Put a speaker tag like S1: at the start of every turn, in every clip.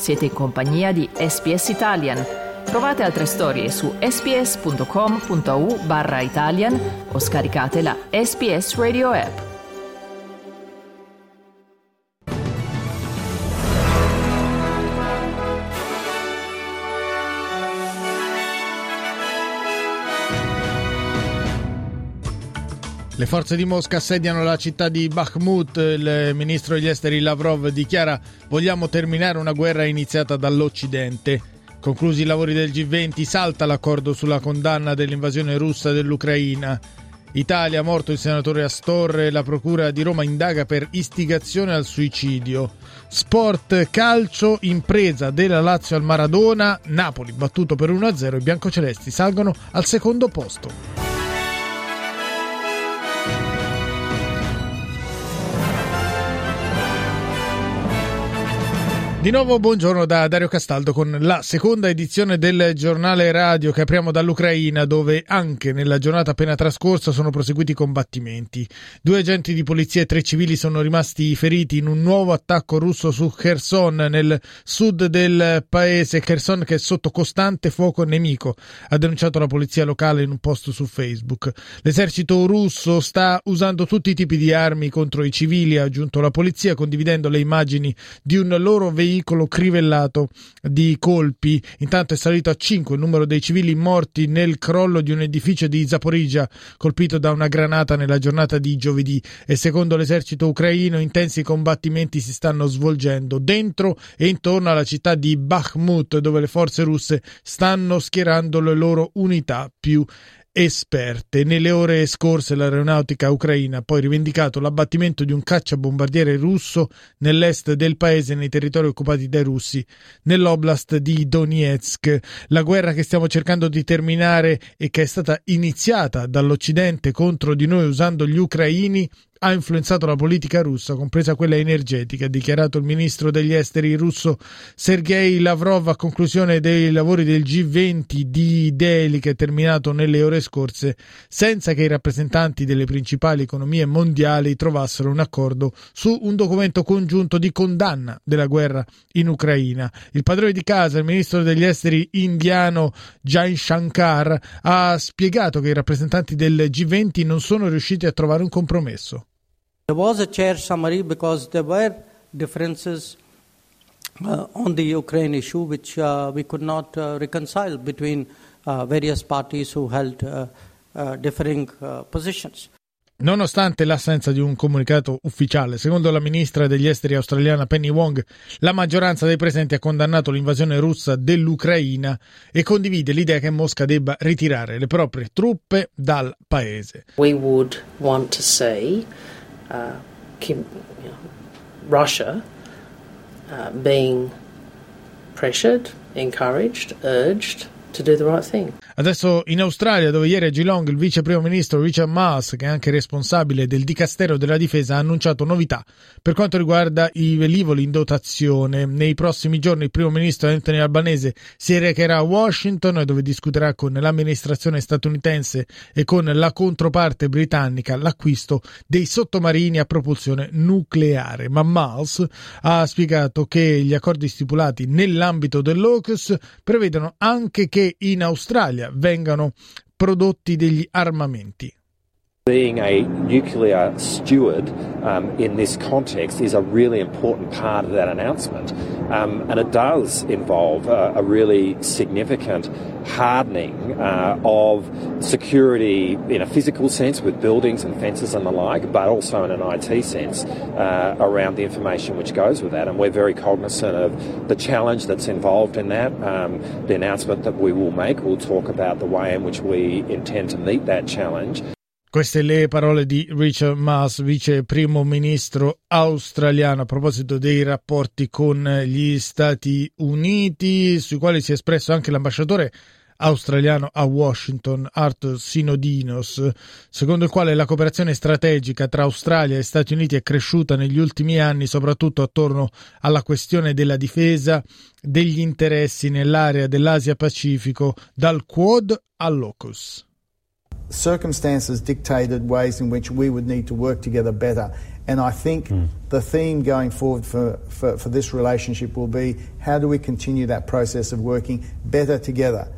S1: Siete in compagnia di SBS Italian. Trovate altre storie su sbs.com.au/Italian o scaricate la SBS Radio app.
S2: Le forze di Mosca assediano la città di Bakhmut. Il ministro degli esteri Lavrov dichiara: vogliamo terminare una guerra iniziata dall'Occidente. Conclusi i lavori del G20, salta l'accordo sulla condanna dell'invasione russa dell'Ucraina. Italia, morto il senatore Astorre, la procura di Roma indaga per istigazione al suicidio. Sport, calcio, impresa della Lazio al Maradona, Napoli battuto per 1-0, i biancocelesti salgono al secondo posto. Di nuovo buongiorno da Dario Castaldo con la seconda edizione del giornale radio che apriamo dall'Ucraina, dove anche nella giornata appena trascorsa sono proseguiti i combattimenti. 2 agenti di polizia e 3 civili sono rimasti feriti in un nuovo attacco russo su Kherson, nel sud del paese. Kherson che è sotto costante fuoco nemico, ha denunciato la polizia locale in un post su Facebook. L'esercito russo sta usando tutti i tipi di armi contro i civili, ha aggiunto la polizia, condividendo le immagini di un loro veicolo crivellato di colpi. Intanto è salito a 5 il numero dei civili morti nel crollo di un edificio di Zaporizhzhia colpito da una granata nella giornata di giovedì, e secondo l'esercito ucraino intensi combattimenti si stanno svolgendo dentro e intorno alla città di Bakhmut, dove le forze russe stanno schierando le loro unità più esperte. Nelle ore scorse l'aeronautica ucraina ha poi rivendicato l'abbattimento di un cacciabombardiere russo nell'est del paese, nei territori occupati dai russi, nell'oblast di Donetsk. La guerra che stiamo cercando di terminare e che è stata iniziata dall'Occidente contro di noi usando gli ucraini ha influenzato la politica russa, compresa quella energetica, ha dichiarato il ministro degli esteri russo Sergei Lavrov a conclusione dei lavori del G20 di Delhi, che è terminato nelle ore scorse, senza che i rappresentanti delle principali economie mondiali trovassero un accordo su un documento congiunto di condanna della guerra in Ucraina. Il padrone di casa, il ministro degli esteri indiano Jai Shankar, ha spiegato che i rappresentanti del G20 non sono riusciti a trovare un compromesso.
S3: There was a chair summary because there were differences on the Ukraine issue which we could not reconcile between various parties who held differing positions.
S2: Nonostante l'assenza di un comunicato ufficiale, secondo la ministra degli esteri australiana Penny Wong, la maggioranza dei presenti ha condannato l'invasione russa dell'Ucraina e condivide l'idea che Mosca debba ritirare le proprie truppe dal paese.
S4: We would want to see Russia being pressured, encouraged, urged to do the right thing.
S2: Adesso in Australia, dove ieri a Geelong il vice primo ministro Richard Marles, che è anche responsabile del Dicastero della Difesa, ha annunciato novità per quanto riguarda i velivoli in dotazione. Nei prossimi giorni il primo ministro Anthony Albanese si recherà a Washington, dove discuterà con l'amministrazione statunitense e con la controparte britannica l'acquisto dei sottomarini a propulsione nucleare. Ma Marles ha spiegato che gli accordi stipulati nell'ambito dell'AUKUS prevedono anche che in Australia vengano prodotti degli armamenti.
S5: Being a nuclear steward in this context is a really important part of that announcement. And it does involve a really significant hardening of security in a physical sense with buildings and fences and the like, but also in an IT sense around the information which goes with that. And we're very cognizant of the challenge that's involved in that. The announcement that we will make will talk about the way in which we intend to meet that challenge.
S2: Queste le parole di Richard Marles, vice primo ministro australiano, a proposito dei rapporti con gli Stati Uniti, sui quali si è espresso anche l'ambasciatore australiano a Washington, Arthur Sinodinos, secondo il quale la cooperazione strategica tra Australia e Stati Uniti è cresciuta negli ultimi anni, soprattutto attorno alla questione della difesa degli interessi nell'area dell'Asia Pacifico, dal Quad all'AUKUS.
S6: Circumstances dictated ways in which we would need to work together better. And I think the theme going forward for this relationship will be, how do we continue that process of working better together?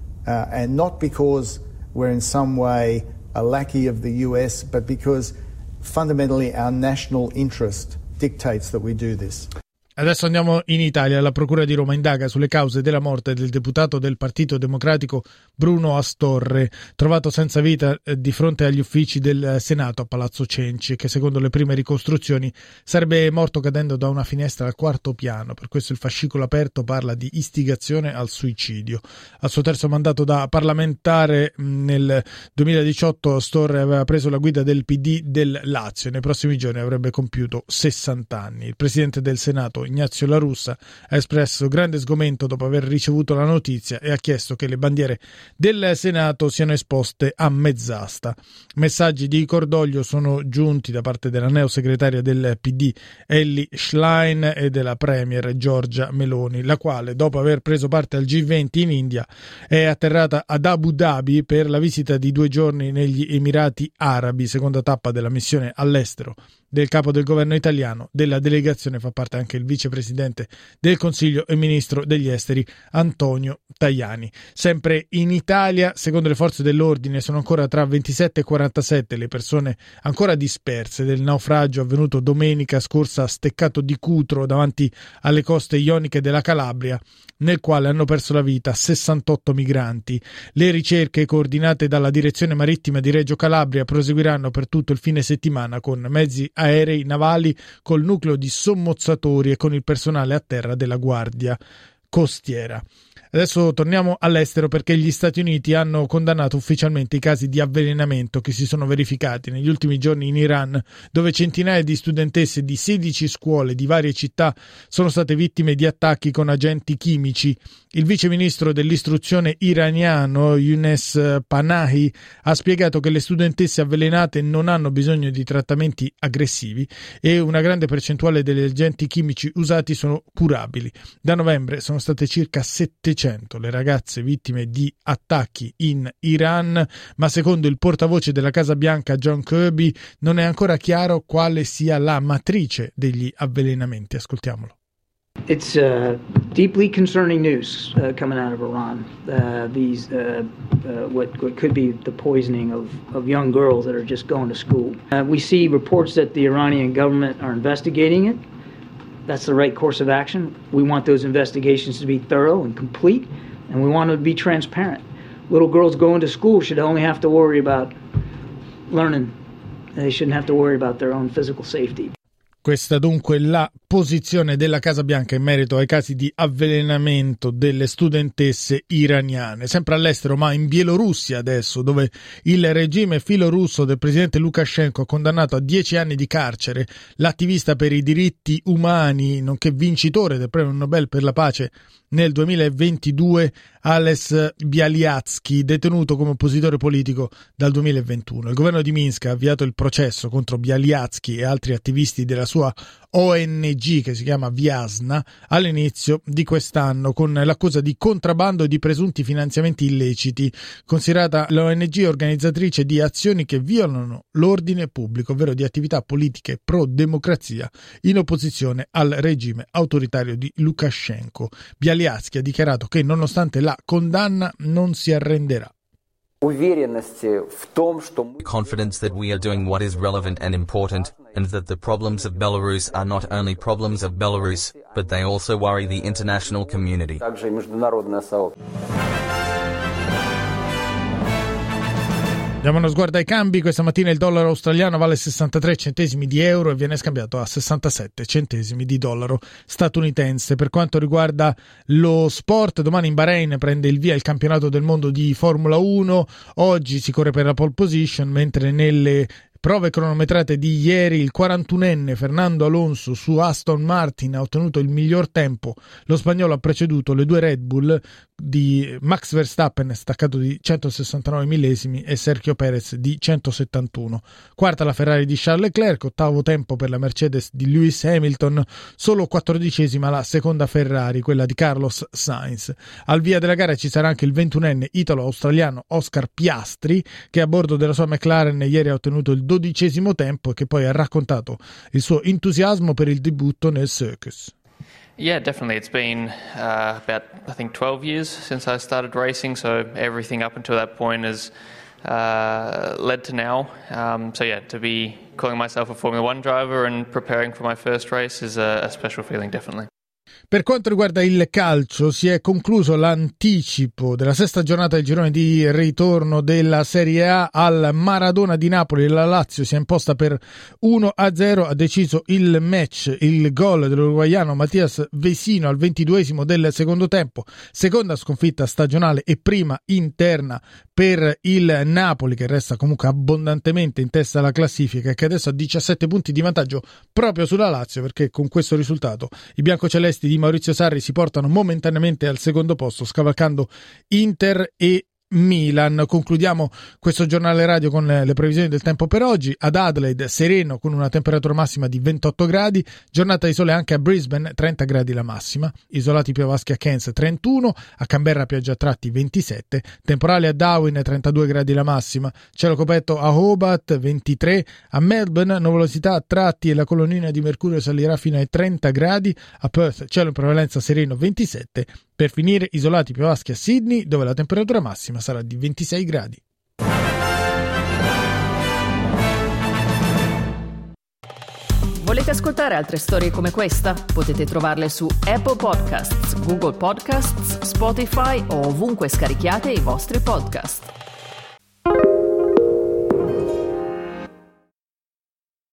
S6: And not because we're in some way a lackey of the US, but because fundamentally our national interest dictates that we do this.
S2: Adesso andiamo in Italia. La Procura di Roma indaga sulle cause della morte del deputato del Partito Democratico Bruno Astorre, trovato senza vita di fronte agli uffici del Senato a Palazzo Cenci, che secondo le prime ricostruzioni sarebbe morto cadendo da una finestra al 4º piano. Per questo il fascicolo aperto parla di istigazione al suicidio. Al suo terzo mandato da parlamentare nel 2018 Astorre aveva preso la guida del PD del Lazio e nei prossimi giorni avrebbe compiuto 60 anni. Il presidente del Senato Ignazio La Russa ha espresso grande sgomento dopo aver ricevuto la notizia e ha chiesto che le bandiere del Senato siano esposte a mezz'asta. Messaggi di cordoglio sono giunti da parte della neosegretaria del PD Elly Schlein e della premier Giorgia Meloni, la quale dopo aver preso parte al G20 in India è atterrata ad Abu Dhabi per la visita di 2 giorni negli Emirati Arabi, seconda tappa della missione all'estero del capo del governo italiano. Della delegazione fa parte anche il vicepresidente del Consiglio e ministro degli esteri Antonio Tajani. Sempre in Italia, secondo le forze dell'ordine, sono ancora tra 27 e 47 le persone ancora disperse del naufragio avvenuto domenica scorsa a Steccato di Cutro davanti alle coste ioniche della Calabria, nel quale hanno perso la vita 68 migranti. Le ricerche coordinate dalla direzione marittima di Reggio Calabria proseguiranno per tutto il fine settimana con mezzi aerei navali, col nucleo di sommozzatori e con il personale a terra della Guardia Costiera. Adesso torniamo all'estero perché gli Stati Uniti hanno condannato ufficialmente i casi di avvelenamento che si sono verificati negli ultimi giorni in Iran, dove centinaia di studentesse di 16 scuole di varie città sono state vittime di attacchi con agenti chimici. Il viceministro dell'istruzione iraniano Younes Panahi ha spiegato che le studentesse avvelenate non hanno bisogno di trattamenti aggressivi e una grande percentuale degli agenti chimici usati sono curabili. Da novembre sono state circa 700 le ragazze vittime di attacchi in Iran, ma secondo il portavoce della Casa Bianca John Kirby non è ancora chiaro quale sia la matrice degli avvelenamenti. Ascoltiamolo.
S7: It's deeply concerning news coming out of Iran. What could be the poisoning of young girls that are just going to school. We see reports that the Iranian government are investigating it. That's the right course of action. We want those investigations to be thorough and complete, and we want them to be transparent. Little girls going to school should only have to worry about learning. They shouldn't have to worry about their own physical safety.
S2: Questa dunque la posizione della Casa Bianca in merito ai casi di avvelenamento delle studentesse iraniane. Sempre all'estero, ma in Bielorussia adesso, dove il regime filorusso del presidente Lukashenko ha condannato a 10 anni di carcere l'attivista per i diritti umani, nonché vincitore del premio Nobel per la pace nel 2022, Ales Bialiatski, detenuto come oppositore politico dal 2021. Il governo di Minsk ha avviato il processo contro Bialiatski e altri attivisti della sua ONG che si chiama Viasna all'inizio di quest'anno con l'accusa di contrabbando e di presunti finanziamenti illeciti, considerata l'ONG organizzatrice di azioni che violano l'ordine pubblico, ovvero di attività politiche pro-democrazia in opposizione al regime autoritario di Lukashenko. Bialiatski ha dichiarato che nonostante la condanna non si arrenderà.
S8: Confidence that we are doing what is relevant and important, and that the problems of Belarus are not only problems of Belarus, but they also worry the international community.
S2: Diamo uno sguardo ai cambi. Questa mattina il dollaro australiano vale 63 centesimi di euro e viene scambiato a 67 centesimi di dollaro statunitense. Per quanto riguarda lo sport, domani in Bahrain prende il via il campionato del mondo di Formula 1. Oggi si corre per la pole position, mentre nelle prove cronometrate di ieri il 41enne Fernando Alonso su Aston Martin ha ottenuto il miglior tempo. Lo spagnolo ha preceduto le 2 Red Bull di Max Verstappen staccato di 169 millesimi e Sergio Perez di 171. Quarta la Ferrari di Charles Leclerc, ottavo tempo per la Mercedes di Lewis Hamilton, solo 14esima la seconda Ferrari, quella di Carlos Sainz. Al via della gara ci sarà anche il 21enne italo-australiano Oscar Piastri, che a bordo della sua McLaren ieri ha ottenuto il 12esimo tempo e che poi ha raccontato il suo entusiasmo per il debutto nel circus.
S9: Yeah, definitely. It's been about, I think, 12 years since I started racing, so everything up until that point has led to now. So yeah, to be calling myself a Formula One driver and preparing for my first race is a special feeling, definitely.
S2: Per quanto riguarda il calcio, si è concluso l'anticipo della sesta giornata del girone di ritorno della Serie A al Maradona di Napoli. La Lazio si è imposta per 1-0, ha deciso il match il gol dell'uruguaiano Mattias Vecino al 22esimo del secondo tempo. Seconda sconfitta stagionale e prima interna per il Napoli, che resta comunque abbondantemente in testa alla classifica e che adesso ha 17 punti di vantaggio proprio sulla Lazio, perché con questo risultato i biancocelesti di Maurizio Sarri si portano momentaneamente al secondo posto, scavalcando Inter e Milan. Concludiamo questo giornale radio con le previsioni del tempo per oggi. Ad Adelaide sereno con una temperatura massima di 28 gradi, giornata di sole anche a Brisbane, 30 gradi la massima, isolati piovaschi a Cairns 31, a Canberra pioggia a tratti 27, temporale a Darwin 32 gradi la massima, cielo coperto a Hobart 23, a Melbourne nuvolosità a tratti e la colonnina di mercurio salirà fino ai 30 gradi, a Perth cielo in prevalenza sereno 27, per finire isolati piovaschi a Sydney dove la temperatura massima sarà di 26 gradi.
S1: Volete ascoltare altre storie come questa? Potete trovarle su Apple Podcasts, Google Podcasts, Spotify o ovunque scarichiate i vostri podcast.